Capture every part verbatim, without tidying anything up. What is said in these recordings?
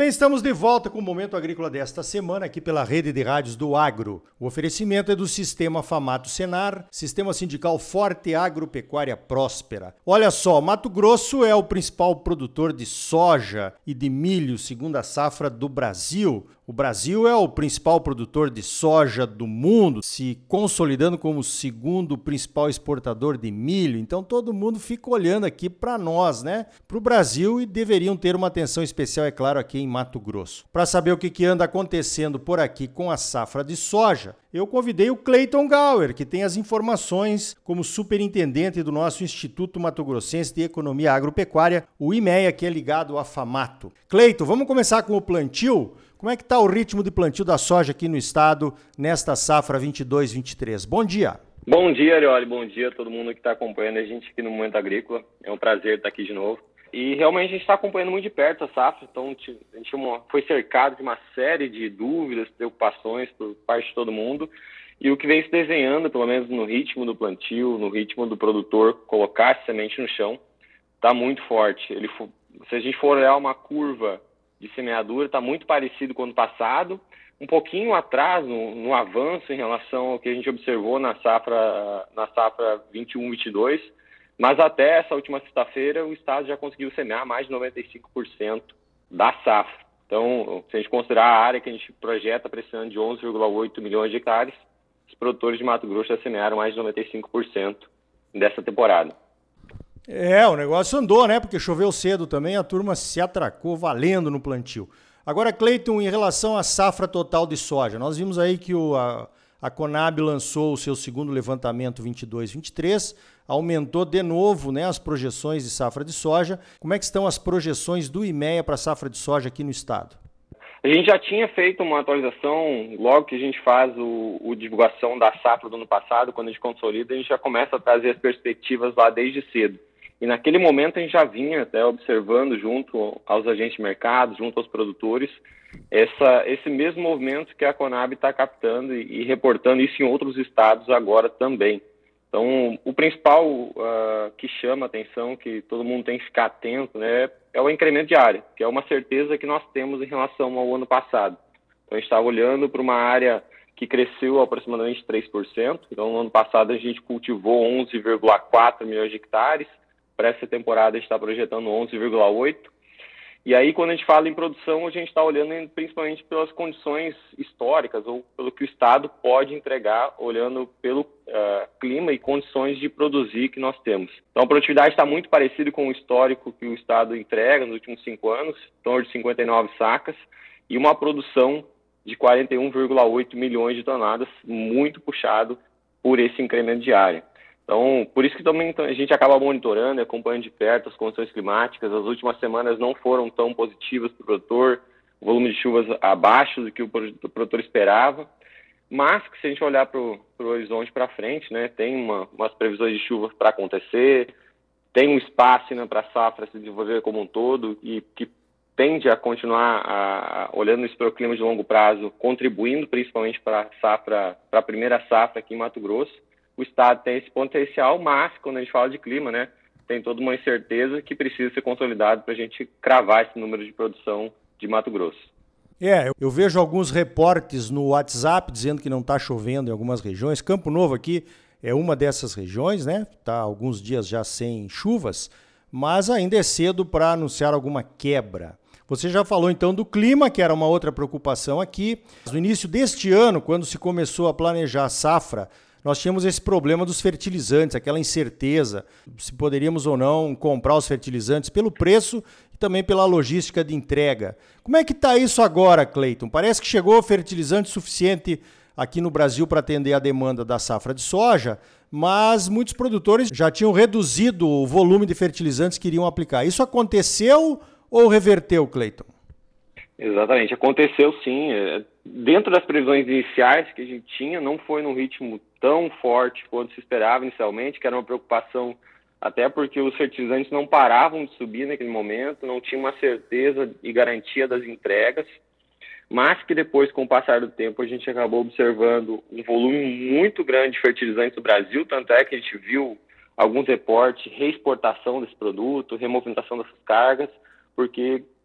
bem, estamos de volta com o Momento Agrícola desta semana, aqui pela Rede de Rádios do Agro. O oferecimento é do Sistema Famato Senar, Sistema Sindical Forte Agropecuária Próspera. Olha só, Mato Grosso é o principal produtor de soja e de milho, segundo a safra do Brasil. O Brasil é o principal produtor de soja do mundo, se consolidando como o segundo principal exportador de milho. Então todo mundo fica olhando aqui para nós, né? Para o Brasil, e deveriam ter uma atenção especial, é claro, aqui em Mato Grosso. Para saber o que, que anda acontecendo por aqui com a safra de soja, eu convidei o Cleiton Gauer, que tem as informações como superintendente do nosso Instituto Mato Grossense de Economia Agropecuária, o IMEA, que é ligado à Famato. Cleiton, vamos começar com o plantio? Como é que está o ritmo de plantio da soja aqui no estado nesta safra vinte e dois vinte e três? Bom dia. Bom dia, Arioli. Bom dia a todo mundo que está acompanhando a gente aqui no Momento Agrícola. É um prazer estar aqui de novo. E realmente a gente está acompanhando muito de perto a safra, então a gente foi cercado de uma série de dúvidas, preocupações por parte de todo mundo. E o que vem se desenhando, pelo menos no ritmo do plantio, no ritmo do produtor colocar a semente no chão, está muito forte. Ele, se a gente for olhar uma curva de semeadura, está muito parecido com o ano passado, um pouquinho atrás no, no avanço em relação ao que a gente observou na safra, na safra vinte e um vinte e dois, mas até essa última sexta-feira o estado já conseguiu semear mais de noventa e cinco por cento da safra. Então, se a gente considerar a área que a gente projeta para esse ano de onze vírgula oito milhões de hectares, os produtores de Mato Grosso já semearam mais de noventa e cinco por cento dessa temporada. É, o negócio andou, né? Porque choveu cedo também, a turma se atracou valendo no plantio. Agora, Cleiton, em relação à safra total de soja, nós vimos aí que o, a, a Conab lançou o seu segundo levantamento vinte e dois vinte e três, aumentou de novo, né, as projeções de safra de soja. Como é que estão as projeções do IMEA para a safra de soja aqui no estado? A gente já tinha feito uma atualização, logo que a gente faz o, o divulgação da safra do ano passado, quando a gente consolida, a gente já começa a trazer as perspectivas lá desde cedo. E naquele momento a gente já vinha até observando junto aos agentes de mercado, junto aos produtores, essa, esse mesmo movimento que a Conab está captando e, e reportando isso em outros estados agora também. Então, o principal uh, que chama a atenção, que todo mundo tem que ficar atento, né, é o incremento de área, que é uma certeza que nós temos em relação ao ano passado. Então, a gente estava olhando para uma área que cresceu aproximadamente três por cento. Então, no ano passado a gente cultivou onze vírgula quatro milhões de hectares. Para essa temporada a gente está projetando onze vírgula oito. E aí, quando a gente fala em produção, a gente está olhando principalmente pelas condições históricas ou pelo que o Estado pode entregar, olhando pelo uh, clima e condições de produzir que nós temos. Então, a produtividade está muito parecida com o histórico que o Estado entrega nos últimos cinco anos, em torno de cinquenta e nove sacas, e uma produção de quarenta e um vírgula oito milhões de toneladas, muito puxado por esse incremento de área. Então, por isso que também a gente acaba monitorando e acompanhando de perto as condições climáticas. As últimas semanas não foram tão positivas para o produtor, o volume de chuvas abaixo do que o produtor esperava, mas que se a gente olhar para o horizonte para frente, né, tem uma, umas previsões de chuvas para acontecer, tem um espaço, né, para a safra se desenvolver como um todo e que tende a continuar a, a, olhando isso para o clima de longo prazo, contribuindo principalmente para a safra, para a primeira safra aqui em Mato Grosso. O estado tem esse potencial, mas quando a gente fala de clima, né, tem toda uma incerteza que precisa ser consolidado para a gente cravar esse número de produção de Mato Grosso. É, eu vejo alguns reportes no WhatsApp dizendo que não está chovendo em algumas regiões. Campo Novo aqui é uma dessas regiões, né? Está alguns dias já sem chuvas, mas ainda é cedo para anunciar alguma quebra. Você já falou então do clima, que era uma outra preocupação aqui. No início deste ano, quando se começou a planejar a safra, nós tínhamos esse problema dos fertilizantes, aquela incerteza, se poderíamos ou não comprar os fertilizantes pelo preço e também pela logística de entrega. Como é que está isso agora, Cleiton? Parece que chegou fertilizante suficiente aqui no Brasil para atender a demanda da safra de soja, mas muitos produtores já tinham reduzido o volume de fertilizantes que iriam aplicar. Isso aconteceu ou reverteu, Cleiton? Exatamente, aconteceu sim. Dentro das previsões iniciais que a gente tinha, não foi num ritmo tão forte quanto se esperava inicialmente, que era uma preocupação até porque os fertilizantes não paravam de subir naquele momento, não tinha uma certeza e garantia das entregas, mas que depois, com o passar do tempo, a gente acabou observando um volume muito grande de fertilizantes no Brasil, tanto é que a gente viu alguns reportes, reexportação desse produto, removimentação dessas cargas, porque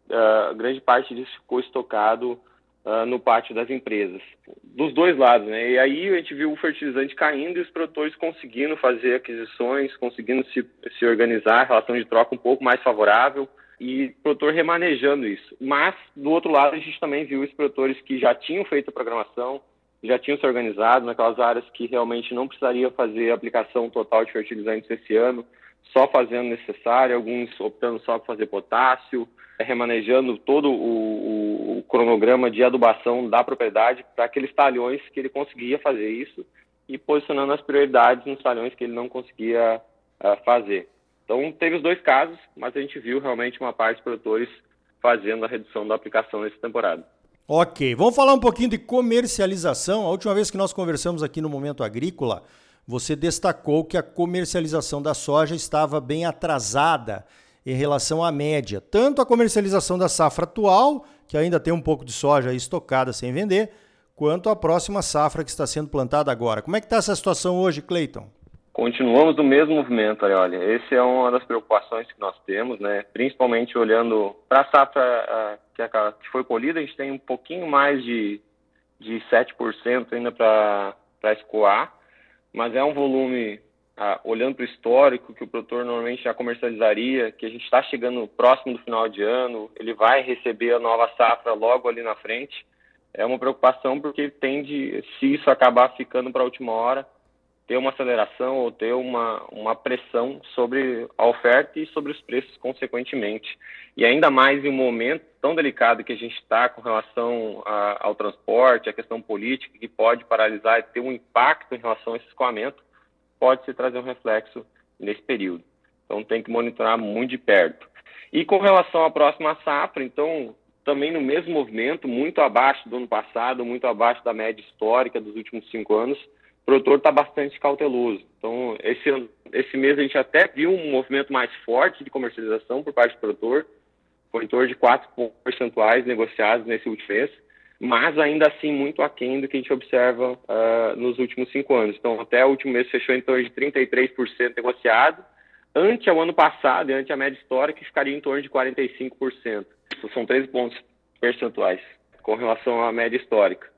uh, grande parte disso ficou estocado uh, no pátio das empresas, dos dois lados, né? E aí a gente viu o fertilizante caindo e os produtores conseguindo fazer aquisições, conseguindo se, se organizar, a relação de troca um pouco mais favorável e o produtor remanejando isso. Mas, do outro lado, a gente também viu os produtores que já tinham feito a programação, já tinham se organizado naquelas áreas que realmente não precisaria fazer a aplicação total de fertilizantes esse ano, só fazendo necessário, alguns optando só por fazer potássio, remanejando todo o, o, o cronograma de adubação da propriedade para aqueles talhões que ele conseguia fazer isso e posicionando as prioridades nos talhões que ele não conseguia uh, fazer. Então, teve os dois casos, mas a gente viu realmente uma parte dos produtores fazendo a redução da aplicação nessa temporada. Ok, vamos falar um pouquinho de comercialização. A última vez que nós conversamos aqui no Momento Agrícola, você destacou que a comercialização da soja estava bem atrasada em relação à média. Tanto a comercialização da safra atual, que ainda tem um pouco de soja aí estocada sem vender, quanto a próxima safra que está sendo plantada agora. Como é que está essa situação hoje, Cleiton? Continuamos no mesmo movimento, olha. Essa é uma das preocupações que nós temos, né? Principalmente olhando para a safra uh, que, a, que foi colhida, a gente tem um pouquinho mais de, de sete por cento ainda para escoar, mas é um volume, uh, olhando para o histórico, que o produtor normalmente já comercializaria, que a gente está chegando próximo do final de ano, ele vai receber a nova safra logo ali na frente. É uma preocupação porque tende, se isso acabar ficando para a última hora, ter uma aceleração ou ter uma, uma pressão sobre a oferta e sobre os preços consequentemente. E ainda mais em um momento tão delicado que a gente está com relação a, ao transporte, a questão política, que pode paralisar e ter um impacto em relação a esse escoamento, pode se trazer um reflexo nesse período. Então tem que monitorar muito de perto. E com relação à próxima safra, então, também no mesmo movimento, muito abaixo do ano passado, muito abaixo da média histórica dos últimos cinco anos, o produtor está bastante cauteloso. Então, esse, esse mês a gente até viu um movimento mais forte de comercialização por parte do produtor, foi em torno de quatro pontos percentuais negociados nesse último mês, mas ainda assim muito aquém do que a gente observa uh, nos últimos cinco anos. Então, até o último mês fechou em torno de trinta e três por cento negociado, ante ao ano passado e ante a média histórica, que ficaria em torno de quarenta e cinco por cento. Isso são treze pontos percentuais com relação à média histórica.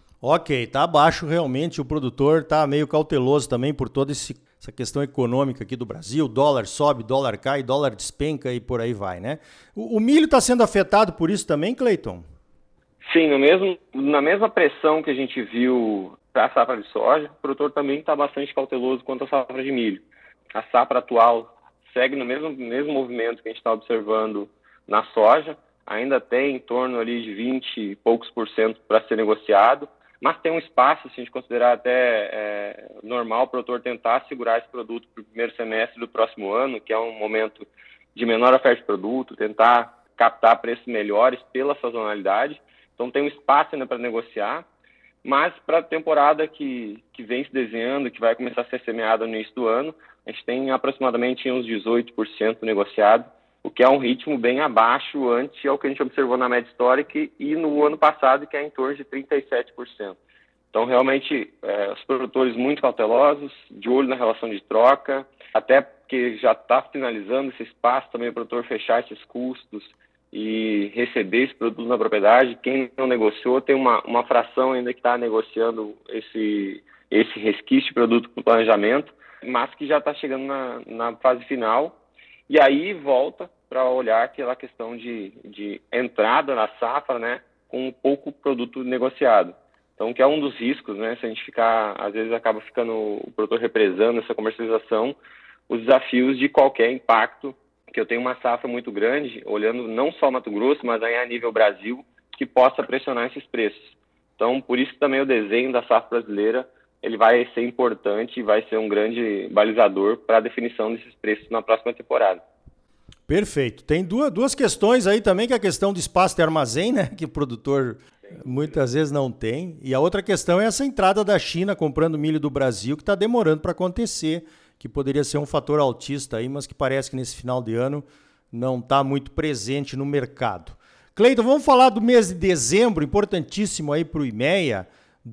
Ok, tá abaixo realmente, o produtor tá meio cauteloso também por toda esse, essa questão econômica aqui do Brasil, dólar sobe, dólar cai, dólar despenca e por aí vai, né? O, o milho está sendo afetado por isso também, Cleiton? Sim, no mesmo, na mesma pressão que a gente viu para a safra de soja, o produtor também está bastante cauteloso quanto à safra de milho. A safra atual segue no mesmo, mesmo movimento que a gente está observando na soja, ainda tem em torno ali de vinte e poucos por cento para ser negociado, mas tem um espaço, se a gente considerar até é, normal, o produtor tentar segurar esse produto para o primeiro semestre do próximo ano, que é um momento de menor oferta de produto, tentar captar preços melhores pela sazonalidade. Então tem um espaço ainda para negociar, mas para a temporada que, que vem se desenhando, que vai começar a ser semeada no início do ano, a gente tem aproximadamente uns dezoito por cento negociado, o que é um ritmo bem abaixo ante ao que a gente observou na média histórica e no ano passado, que é em torno de trinta e sete por cento. Então, realmente, é, os produtores muito cautelosos, de olho na relação de troca, até porque já está finalizando esse espaço também o produtor fechar esses custos e receber esse produto na propriedade. Quem não negociou tem uma, uma fração ainda que está negociando esse, esse resquício de produto para o planejamento, mas que já está chegando na, na fase final. E aí volta para olhar aquela questão de, de entrada na safra, né, com pouco produto negociado. Então, que é um dos riscos, né, se a gente ficar, às vezes acaba ficando o produtor represando essa comercialização, os desafios de qualquer impacto, que eu tenho uma safra muito grande, olhando não só Mato Grosso, mas aí a nível Brasil, que possa pressionar esses preços. Então, por isso também o desenho da safra brasileira, ele vai ser importante e vai ser um grande balizador para a definição desses preços na próxima temporada. Perfeito. Tem duas, duas questões aí também, que é a questão do espaço de armazém, né, que o produtor muitas vezes não tem. E a outra questão é essa entrada da China comprando milho do Brasil, que está demorando para acontecer, que poderia ser um fator altista aí, mas que parece que nesse final de ano não está muito presente no mercado. Cleiton, vamos falar do mês de dezembro, importantíssimo aí para o IMEA.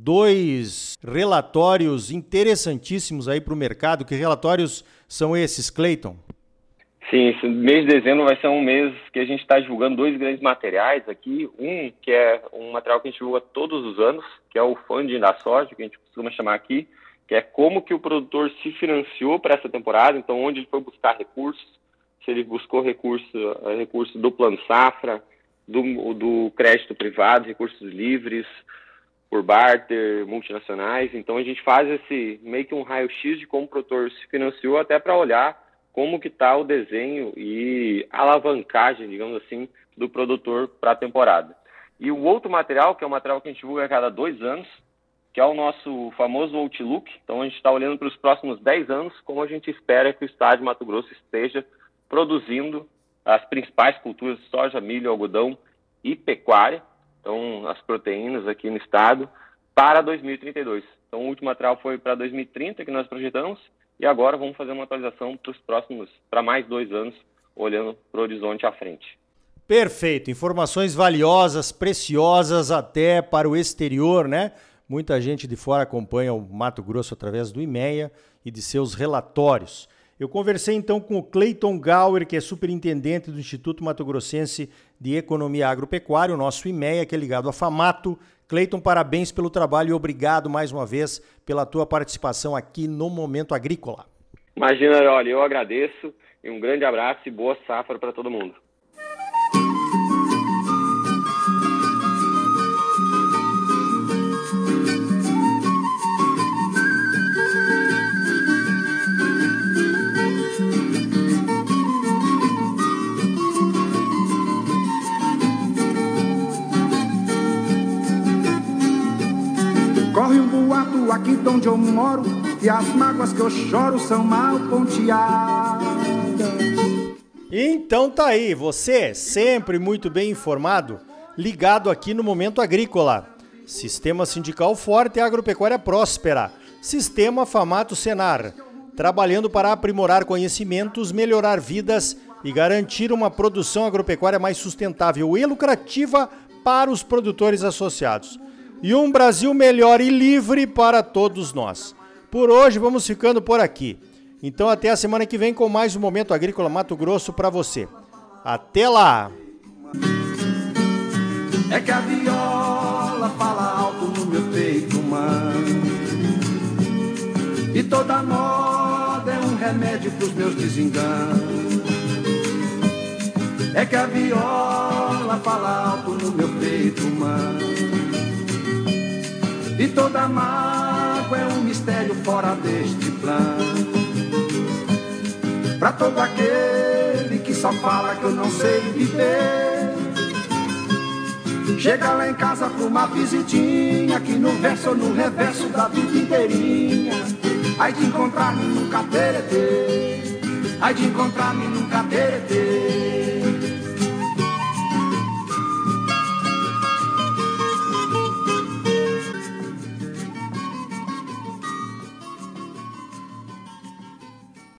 Dois relatórios interessantíssimos aí para o mercado. Que relatórios são esses, Cleiton? Sim, esse mês de dezembro vai ser um mês que a gente está divulgando dois grandes materiais aqui. Um que é um material que a gente divulga todos os anos, que é o funding da soja, que a gente costuma chamar aqui, que é como que o produtor se financiou para essa temporada, então onde ele foi buscar recursos, se ele buscou recurso, recurso do Plano Safra, do, do crédito privado, recursos livres, por barter, multinacionais. Então a gente faz esse meio que um raio-x de como o produtor se financiou, até para olhar como que está o desenho e a alavancagem, digamos assim, do produtor para a temporada. E o outro material, que é um material que a gente divulga a cada dois anos, que é o nosso famoso Outlook. Então a gente está olhando para os próximos dez anos, como a gente espera que o estado de Mato Grosso esteja produzindo as principais culturas de soja, milho, algodão e pecuária, então as proteínas aqui no estado, para dois mil e trinta e dois. Então o último material foi para dois mil e trinta, que nós projetamos, e agora vamos fazer uma atualização para os próximos, para mais dois anos, olhando para o horizonte à frente. Perfeito, informações valiosas, preciosas até para o exterior, né? Muita gente de fora acompanha o Mato Grosso através do IMEA e de seus relatórios. Eu conversei então com o Cleiton Gauer, que é superintendente do Instituto Mato Grossense de Economia Agropecuária, o nosso IMEA, que é ligado à FAMATO. Cleiton, parabéns pelo trabalho e obrigado mais uma vez pela tua participação aqui no Momento Agrícola. Imagina, olha, eu agradeço e um grande abraço e boa safra para todo mundo. Corre um boato aqui de onde eu moro, e as mágoas que eu choro são mal ponteadas. Então tá aí, você sempre muito bem informado, ligado aqui no Momento Agrícola. Sistema Sindical Forte e Agropecuária Próspera. Sistema FAMATO Senar. Trabalhando para aprimorar conhecimentos, melhorar vidas e garantir uma produção agropecuária mais sustentável e lucrativa para os produtores associados. E um Brasil melhor e livre para todos nós. Por hoje vamos ficando por aqui. Então até a semana que vem com mais um Momento Agrícola Mato Grosso para você. Até lá! É que a viola fala alto no meu peito, mano, e toda moda é um remédio pros meus desenganos. É que a viola fala alto no meu peito, mano, e toda mágoa é um mistério fora deste plano. Pra todo aquele que só fala que eu não sei viver, chega lá em casa pra uma visitinha, que no verso ou no reverso da vida inteirinha, ai de encontrar-me num cateretê, ai de encontrar-me num cateretê.